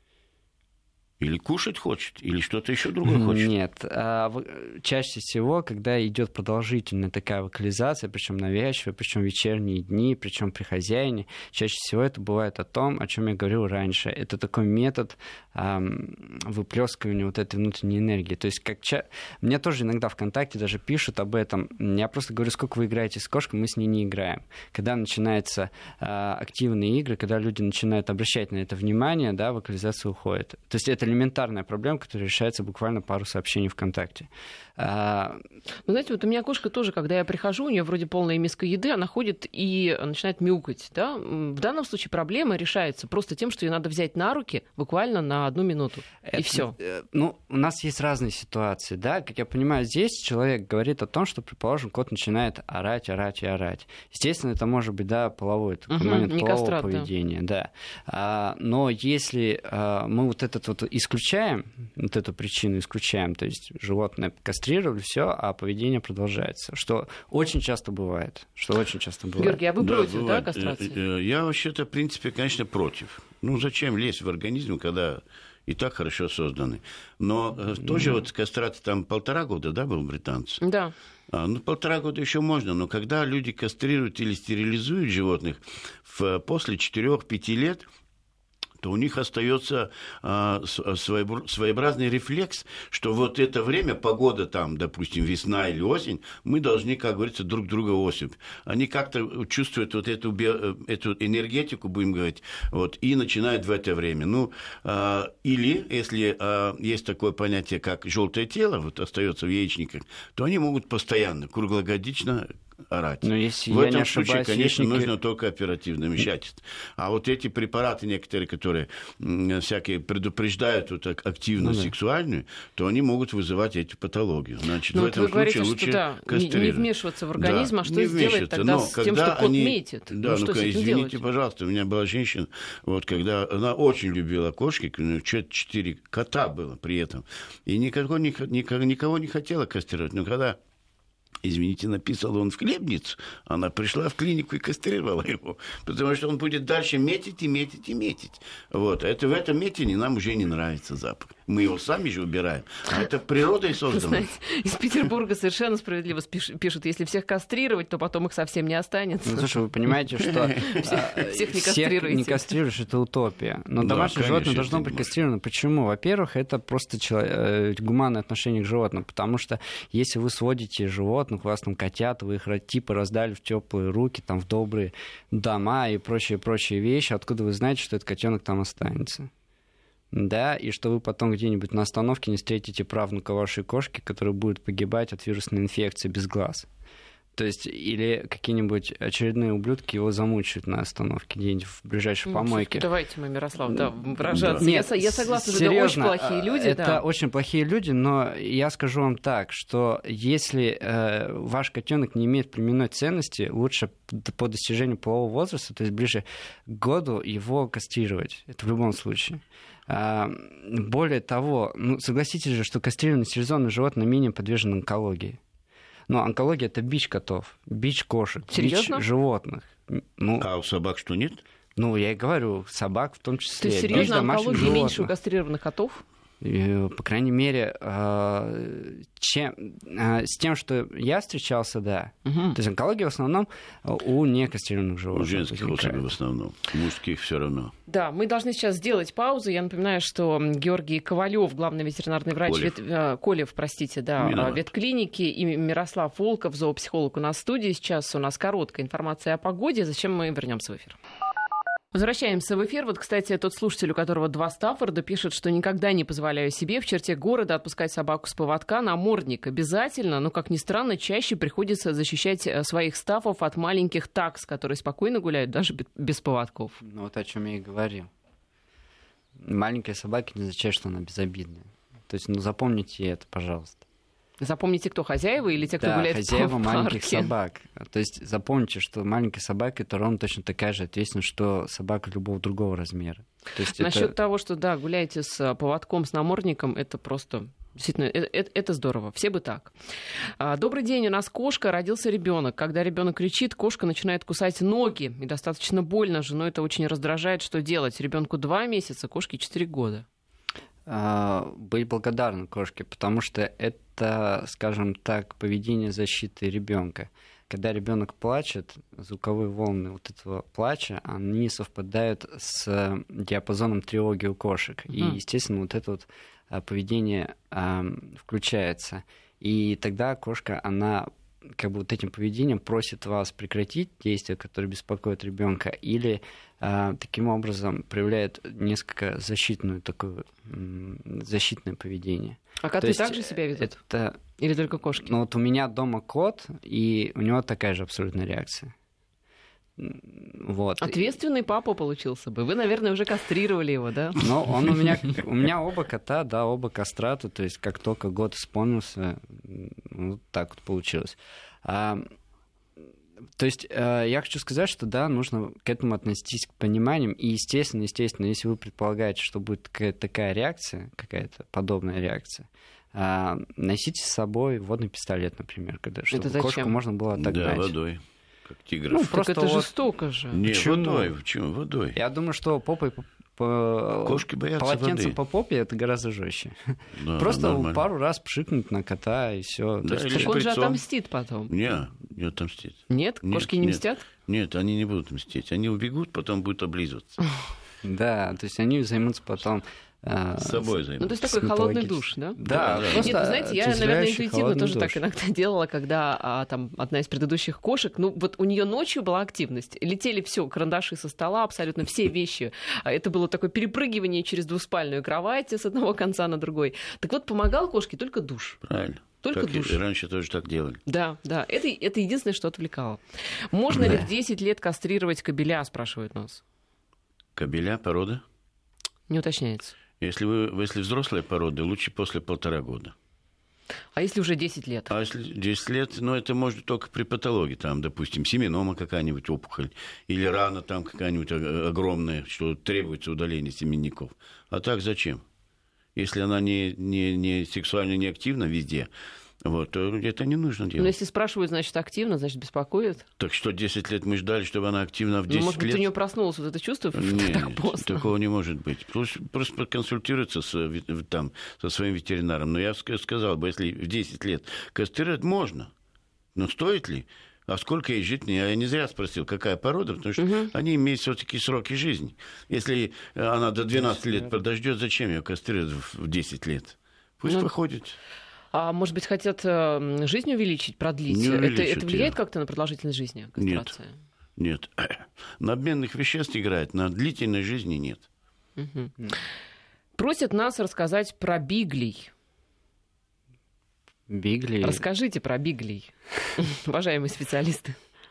Или кушать хочет, или что-то еще другое хочет. Нет. Чаще всего, когда идет продолжительная такая вокализация, причем навязчивая, причем вечерние дни, причем при хозяине, чаще всего это бывает о том, о чем я говорил раньше. Это такой метод эм, выплескивания вот этой внутренней энергии. То есть, как ча... мне тоже иногда ВКонтакте даже пишут об этом. Я просто говорю, сколько вы играете с кошкой, мы с ней не играем. Когда начинаются э, активные игры, когда люди начинают обращать на это внимание, да, вокализация уходит. То есть это элементарная проблема, которая решается буквально пару сообщений ВКонтакте. А... Ну, знаете, вот у меня кошка тоже, когда я прихожу, у нее вроде полная миска еды, она ходит и начинает мяукать. Да? В данном случае проблема решается просто тем, что ее надо взять на руки буквально на одну минуту. Это, и все. Ну, у нас есть разные ситуации. Да? Как я понимаю, здесь человек говорит о том, что, предположим, кот начинает орать, орать и орать. Естественно, это может быть, да, половой такой угу, момент полового кастрат, поведения. Да. Да. А, но если а, мы вот этот вот исключаем, вот эту причину исключаем, то есть животное кастрировали, все, а поведение продолжается, что очень часто бывает, что очень часто бывает. Георгий, а вы да, против, бывает. да, кастрации? Я вообще-то, в принципе, конечно, против. Ну, зачем лезть в организм, когда и так хорошо созданы? Но mm-hmm. тоже вот кастрация там полтора года, да, был британец? Да. А, ну, полтора года еще можно, но когда люди кастрируют или стерилизуют животных в, после четырёх-пяти лет, то у них остается а, своеобразный рефлекс, что вот это время, погода там, допустим, весна или осень, мы должны, как говорится, друг друга особь. Они как-то чувствуют вот эту, эту энергетику, будем говорить, вот, и начинают в это время. Ну, а, или, если а, есть такое понятие, как желтое тело, вот остается в яичниках, то они могут постоянно, круглогодично орать. Но если в я этом не случае, ошибаюсь, конечно, яичники... нужно только оперативное вмешательство. А вот эти препараты некоторые, которые м, всякие предупреждают вот, активность ну, да. сексуальную, то они могут вызывать эти патологии. Значит, ну, в этом вы случае говорите, лучше что, да, кастрировать. Не вмешиваться в организм, да, а что сделать тогда но с тем, что кот они... метит? Да, ну, ну, что с этим извините, делать? пожалуйста, у меня была женщина, вот, когда она очень любила кошки, у нее четыре кота было при этом, и никого не, никого не хотела кастрировать. Но когда... Извините, написал он в хлебницу, она пришла в клинику и кастрировала его, потому что он будет дальше метить и метить и метить. Вот. А это в этом метине нам уже не нравится запах. Мы его сами же убираем. А это природой создано. Знаете, из Петербурга совершенно справедливо пишут, если всех кастрировать, то потом их совсем не останется. Ну, слушай, вы понимаете, что всех не кастрируете. не кастрируешь, это утопия. Но да, домашнее конечно, животное должно быть кастрировано. Почему? Во-первых, это просто человек, гуманное отношение к животным, потому что если вы сводите животных, у вас там котят, вы их типа раздали в теплые руки, там, в добрые дома и прочие-прочие вещи, откуда вы знаете, что этот котенок там останется? Да, и что вы потом где-нибудь на остановке не встретите правнука вашей кошки, который будет погибать от вирусной инфекции без глаз. То есть, или какие-нибудь очередные ублюдки его замучают на остановке где-нибудь в ближайшей ну, помойке. Давайте мы, Мирослав, да, выражаться. Да. Нет, я, я согласна, что серьезно, это очень плохие люди. Это да. очень плохие люди, но я скажу вам так, что если э, ваш котенок не имеет племенной ценности, лучше по достижению полового возраста, то есть ближе к году, его кастрировать. Это в любом случае. Более того, ну, согласитесь же, что кастрированные стерилизованные животные менее подвержены онкологии. Но онкология — это бич котов, бич кошек, Серьезно? бич животных. Ну, А у собак что, нет? Ну, я и говорю, собак в том числе. То есть, серьезно, онкология меньше у кастрированных котов? По крайней мере, чем, с тем, что я встречался, да. Угу. То есть онкология в основном у некастрированных животных. У женских особей в основном, у мужских все равно. Да, мы должны сейчас сделать паузу. Я напоминаю, что Георгий Ковалев, главный ветеринарный врач, Колев, вет... Колев, простите, да, Виноват. ветклиники, и Мирослав Волков, зоопсихолог у нас в студии. Сейчас у нас короткая информация о погоде, зачем мы вернемся в эфир. Возвращаемся в эфир. Вот, кстати, тот слушатель, у которого два Стаффорда, пишет, что никогда не позволяю себе в черте города отпускать собаку с поводка. Намордник обязательно, но, как ни странно, чаще приходится защищать своих стаффов от маленьких такс, которые спокойно гуляют даже без поводков. Ну вот о чем я и говорил. Маленькая собака не означает, что она безобидная. То есть, ну запомните это, пожалуйста. Запомните, кто хозяева или те, кто да, гуляет хозяева в парке? маленьких собак. То есть запомните, что маленькая собака — это ровно точно такая же ответственность, что собака любого другого размера. То есть Насчет это... того, что да, гуляете с поводком, с намордником, это просто... Действительно, это, это здорово. Все бы так. Добрый день, у нас кошка, родился ребенок. Когда ребенок кричит, кошка начинает кусать ноги. И достаточно больно же, но это очень раздражает. Что делать? Ребенку два месяца, кошке четыре года. Быть благодарны кошке, потому что это, скажем так, поведение защиты ребенка. Когда ребенок плачет, звуковые волны вот этого плача, они совпадают с диапазоном тревоги у кошек. Mm-hmm. И, естественно, вот это вот поведение включается. И тогда кошка, она как бы вот этим поведением просит вас прекратить действия, которые беспокоят ребенка, или а, таким образом проявляет несколько защитную такое защитное поведение. А коты также себя ведут? Это... Или только кошки? Ну вот у меня дома кот, и у него такая же абсолютная реакция. Вот. Ответственный папа получился бы. Вы, наверное, уже кастрировали его, да? Ну, он у меня, у меня оба кота, да, оба кастраты, то есть как только год исполнился, вот так вот получилось. А, то есть я хочу сказать, что да, нужно к этому относиться к пониманием, и естественно, естественно, если вы предполагаете, что будет какая-то такая реакция, какая-то подобная реакция, а, носите с собой водный пистолет, например, когда, чтобы кошку можно было отогнать. Да, водой. Как тигров. Ну, просто это вот... жестоко же. Не, почему? водой, почему? Водой. Я думаю, что попой по, по... Кошки боятся полотенцем воды. по попе это гораздо жестче. Да, просто нормально. Пару раз пшикнуть на кота и все. Да, так он же отомстит потом. Не, не отомстит. Нет? Нет, Кошки не нет. мстят? Нет, они не будут мстить. Они убегут, потом будут облизываться. Да, то есть они займутся потом... С собой займутся. Ну, то есть такой холодный душ, да? Да. да, да. Нет, вы знаете, я, наверное, интуитивно тоже душ. так иногда делала, когда а, там одна из предыдущих кошек, ну, вот у нее ночью была активность. Летели все, карандаши со стола, абсолютно все вещи. Это было такое перепрыгивание через двуспальную кровать с одного конца на другой. Так вот, помогал кошке только душ. Правильно. Только так душ. И раньше тоже так делали. Да, да. Это, это единственное, что отвлекало. Можно да. ли в десять лет кастрировать кобеля, спрашивают нас. Кобеля, порода? Не уточняется. Если вы, если взрослая порода, лучше после полтора года. А если уже десять лет? А если десять лет, ну, это можно только при патологии. Там, допустим, семенома какая-нибудь, опухоль, или рана там какая-нибудь огромная, что требуется удаление семенников. А так зачем? Если она не, не, не сексуально не активна везде, вот, то это не нужно делать. Но если спрашивают, значит, активно, значит, беспокоит. Так что десять лет мы ждали, чтобы она активно в десять лет... Ну, может быть, лет... у нее проснулось вот это чувство Нет, так поздно. такого не может быть. Просто, просто проконсультироваться с, там, со своим ветеринаром. Но я сказал бы, если в десять лет кастрировать можно, но стоит ли? А сколько ей жить? Я не зря спросил, какая порода, потому что угу. они имеют все-таки сроки жизни. Если она до двенадцати лет подождет, зачем ее кастрировать в десять лет? Пусть ну... выходит. А может быть, хотят жизнь увеличить, продлить? Не это, это влияет ее. как-то на продолжительность жизни, кастрация? Нет. Нет. На обменных веществ играет, на длительной жизни нет. Угу. Просят нас рассказать про биглей. Бигли. Расскажите про биглей, уважаемые специалисты.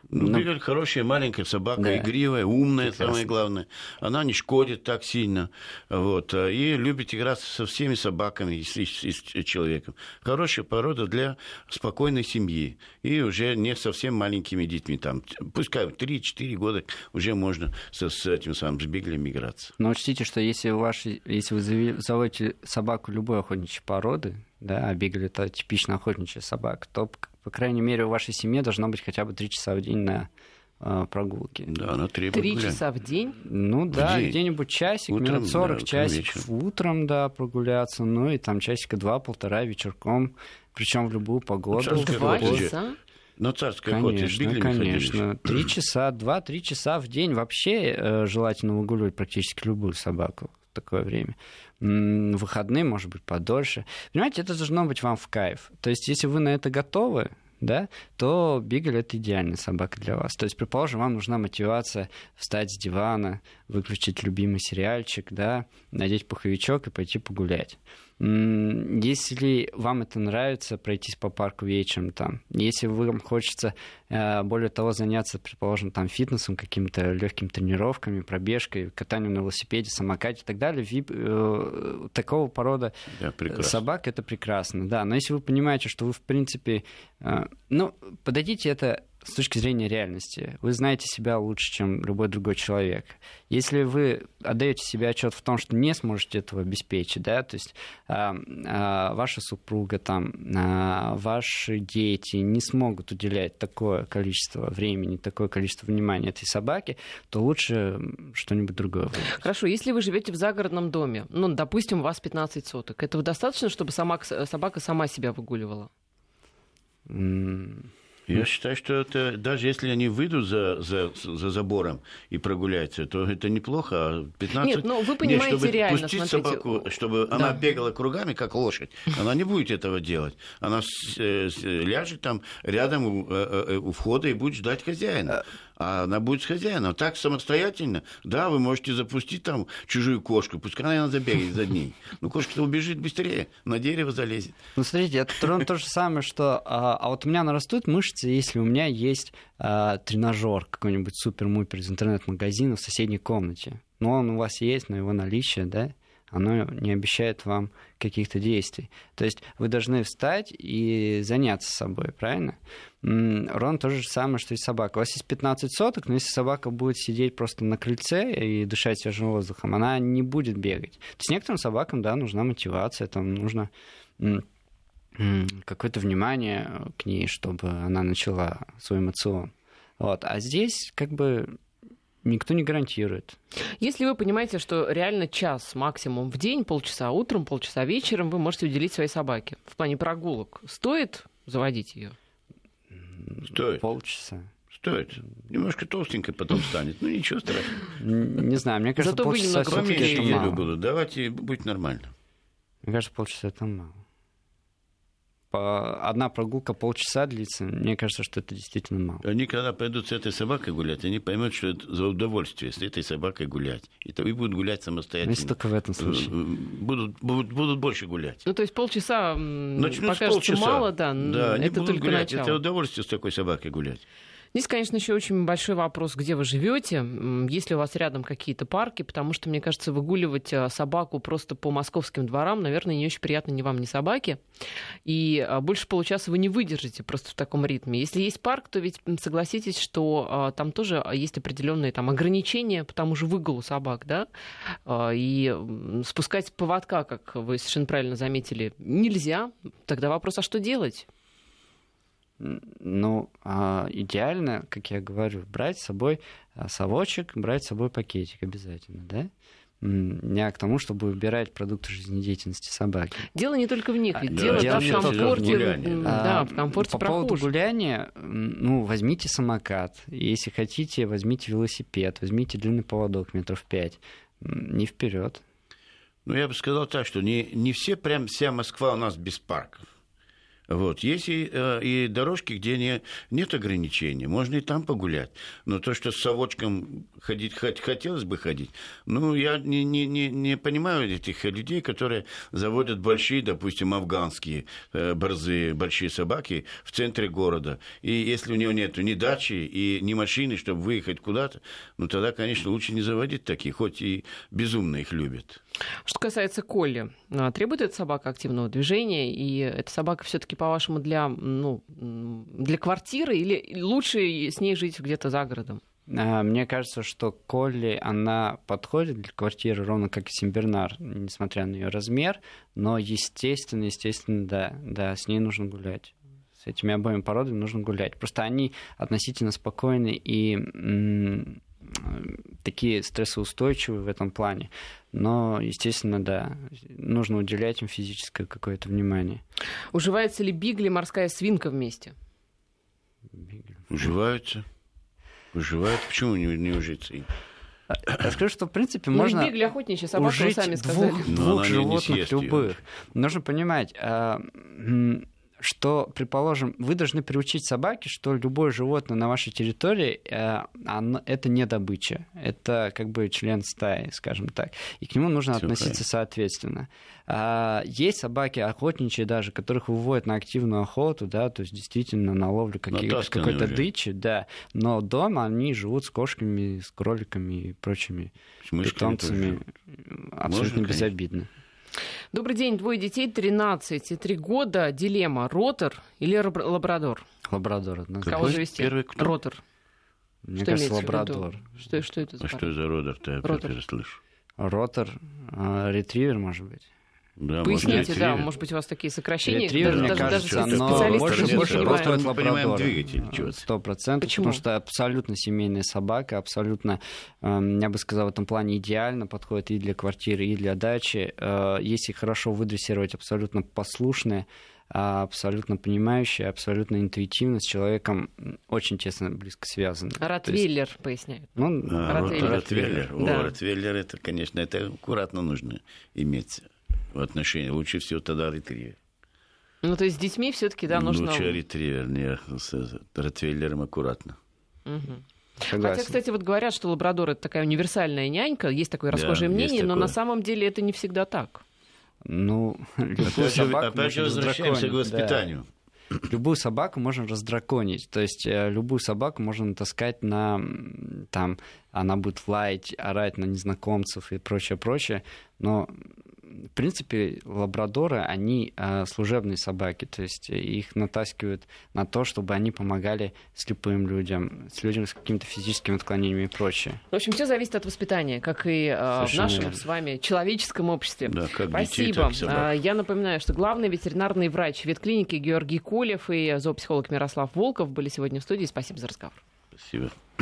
Ну, Ну, Бигль хорошая маленькая собака, да. игривая, умная, Прекрасно. самое главное. Она не шкодит так сильно. Вот, и любит играться со всеми собаками и с, и с- и с человеком. Хорошая порода для спокойной семьи. И уже не совсем маленькими детьми. Там, пускай три-четыре года уже можно со, с этим самым с биглем играться. Но учтите, что если, у вашей, если вы зави- заводите собаку любой охотничьей породы, да, а бигль — это типично охотничья собака, то, по- по крайней мере, у вашей семьи должно быть хотя бы три часа в день на э, прогулке. Да, она требует Три гулять. часа в день? Ну да, день. где-нибудь часик, Утром, минут сорок, да, часик вечером. утром, да, прогуляться, ну и там часика два-полтора вечерком, причем в любую погоду. царская в Два охота любой- же. часа? Но царская охота с Конечно, биглями ходили. конечно. Три часа, два-три часа в день вообще э, желательно выгуливать практически любую собаку в такое время. М, выходные, может быть, подольше. Понимаете, это должно быть вам в кайф. То есть, если вы на это готовы, да, то бигль — это идеальная собака для вас. То есть, предположим, вам нужна мотивация встать с дивана, выключить любимый сериальчик, да, надеть пуховичок и пойти погулять. М, Если вам это нравится, пройтись по парку вечером там, если вам хочется, э, более того, заняться, предположим, там фитнесом, какими-то легкими тренировками, пробежкой, катанием на велосипеде, самокате и так далее, вип- э, такого порода Да, прекрасно. собак — это прекрасно, да. Но если вы понимаете, что вы, в принципе, э, ну, подойдите это с точки зрения реальности. Вы знаете себя лучше, чем любой другой человек. Если вы отдаете себе отчет в том, что не сможете этого обеспечить, да, то есть а, а, ваша супруга, там, а, ваши дети не смогут уделять такое количество времени, такое количество внимания этой собаке, то лучше что-нибудь другое выбрать. Хорошо, если вы живете в загородном доме, ну, допустим, у вас пятнадцать соток, этого достаточно, чтобы сама, собака сама себя выгуливала? М, Я считаю, что это, даже если они выйдут за, за, за забором и прогуляются, то это неплохо. А пятнадцать... Нет, ну, вы Нет, понимаете чтобы реально, пустить смотрите. собаку, чтобы Да. она бегала кругами, как лошадь, она не будет этого делать. Она с- э, с- ляжет там рядом у, э, э, у входа и будет ждать хозяина. А она будет с хозяином. Так самостоятельно, да, вы можете запустить там чужую кошку, пускай она забегает за ней. Ну, кошка-то убежит быстрее, на дерево залезет. Ну, смотрите, это ровно то же самое, что... А, а вот у меня нарастут мышцы, если у меня есть а, тренажер какой-нибудь супер-мупер из интернет-магазина в соседней комнате. Но он у вас есть, но его наличие, да, оно не обещает вам каких-то действий. То есть вы должны встать и заняться собой, правильно? М, Ровно то же самое, что и собака. У вас есть пятнадцать соток, но если собака будет сидеть просто на крыльце и дышать свежим воздухом, она не будет бегать. То есть некоторым собакам, да, нужна мотивация, там нужно м, м, какое-то внимание к ней, чтобы она начала свой эмоцион. Вот. А здесь как бы никто не гарантирует. Если вы понимаете, что реально час максимум в день, полчаса утром, полчаса вечером вы можете уделить своей собаке в плане прогулок, стоит заводить ее? Стоит. Полчаса. Стоит. Немножко толстенько потом станет. Ну, ничего страшного. Н- Не знаю, мне кажется, Зато вы полчаса немного всё-таки Поменьше это похудеете. еду мало. буду. Давайте, будет нормально. Мне кажется, полчаса это мало. По- Одна прогулка полчаса длится, мне кажется, что это действительно мало. Они, когда пойдут с этой собакой гулять, они поймут, что это за удовольствие с этой собакой гулять. И, то- и будут гулять Ну, самостоятельно. если только в этом случае. Будут, будут, будут больше гулять. Ну, то есть полчаса м, Начнут с покажется полчаса. мало, да, н- Да, они это будут только гулять. начало. Это удовольствие с такой собакой гулять. Здесь, конечно, еще очень большой вопрос, где вы живете, есть ли у вас рядом какие-то парки, потому что, мне кажется, выгуливать а, собаку просто по московским дворам, наверное, не очень приятно ни вам, ни собаке. И а, больше получаса вы не выдержите просто в таком ритме. Если есть парк, то ведь м, согласитесь, что а, там тоже есть определенные там ограничения по тому же выгулу собак, да, А, и м, спускать поводка, как вы совершенно правильно заметили, нельзя. Тогда вопрос, а что делать? Ну, а, идеально, как я говорю, брать с собой а, совочек, брать с собой пакетик обязательно, да? М, Не к тому, чтобы убирать продукты жизнедеятельности собаки. Дело не только в них, А, ведь да, дело дело да, в не только в комфорте, гулянии, м, да. да, А, в комфорте По поводу прохожих. гуляния, м, ну, возьмите самокат. Если хотите, возьмите велосипед, возьмите длинный поводок метров пять. М, Не вперед. Ну, я бы сказал так, что не, не все, прям вся Москва у нас без парков. Вот. Есть и, и дорожки, где не, нет ограничений, можно и там погулять. Но то, что с совочком ходить, хотелось бы ходить, ну, я не, не, не, не понимаю этих людей, которые заводят большие, допустим, афганские борзые большие собаки в центре города. И если у него нет ни дачи и ни машины, чтобы выехать куда-то, ну, тогда, конечно, лучше не заводить таких, хоть и безумно их любят. Что касается Колли, требует эта собака активного движения, и эта собака все-таки, по-вашему, для, ну, для квартиры или лучше с ней жить где-то за городом? Мне кажется, что Колли, она подходит для квартиры, ровно как и Сенбернар, несмотря на ее размер, но естественно, естественно, да, да, с ней нужно гулять. С этими обоими породами нужно гулять. Просто они относительно спокойны и м- такие стрессоустойчивые в этом плане. Но, естественно, да, нужно уделять им физическое какое-то внимание. Уживается ли бигли и морская свинка вместе? Бигли. Уживаются. Уживаются. Почему не, не ужиться им? Я скажу, что, в принципе, ну, можно бигли, охотничья собака, ужить вы сами сказали. двух, двух животных любых. Ее. Нужно понимать... что, предположим, вы должны приучить собаки, что любое животное на вашей территории э, оно, это не добыча, это как бы член стаи, скажем так, и к нему нужно Всё относиться правильно. Соответственно. А, есть собаки охотничьи даже, которых выводят на активную охоту, да, то есть действительно на ловлю какой-то уже. дичи, да, но дома они живут с кошками, с кроликами и прочими Мышками питомцами тоже. Абсолютно Можно, безобидно. Добрый день, двое детей, тринадцать и три года. Дилемма: ротер или лабрадор? Лабрадор. Однозначно. Кого завести? Первый кто? Ротер. Мне что кажется, лабрадор. Что, что это за А что за ротер-то? Я опять слышу. Ротер, э, ретривер, может быть. Да, Поясните, может, да, может быть, у вас такие сокращения, ретривер, даже, мне даже, кажется, даже но специалисты больше, не больше понимают. лабрадора. Сто процентов, потому что абсолютно семейная собака, абсолютно, я бы сказал, в этом плане идеально подходит и для квартиры, и для дачи. Если хорошо выдрессировать, абсолютно послушные, абсолютно понимающие, абсолютно интуитивно, с человеком очень тесно, близко связаны. Ротвейлер, есть... поясняет. Ну, а, Ротвейлер. Ротвейлер. Да. О, Ротвейлер, это, конечно, это аккуратно нужно иметь в отношении. Лучше всего тогда ретривер. Ну, то есть с детьми все-таки, да, нужно... Лучше ретривер, не с Ротвейлером аккуратно. Угу. Хотя, кстати, вот говорят, что лабрадор — это такая универсальная нянька, есть такое расхожее да, мнение, но такое. На самом деле это не всегда так. Ну, любую опять собаку опять же возвращаемся к воспитанию. Да. Любую собаку можно раздраконить. То есть любую собаку можно натаскать на... Там, она будет лаять, орать на незнакомцев и прочее, прочее. Но, в принципе, лабрадоры, они э, служебные собаки. То есть их натаскивают на то, чтобы они помогали слепым людям, с людьми с какими-то физическими отклонениями и прочее. В общем, все зависит от воспитания, как и э, в нашем верно. С вами человеческом обществе. Да, как Спасибо. Детей, так Я напоминаю, что главный ветеринарный врач ветклиники Георгий Колев и зоопсихолог Мирослав Волков были сегодня в студии. Спасибо за разговор. Спасибо.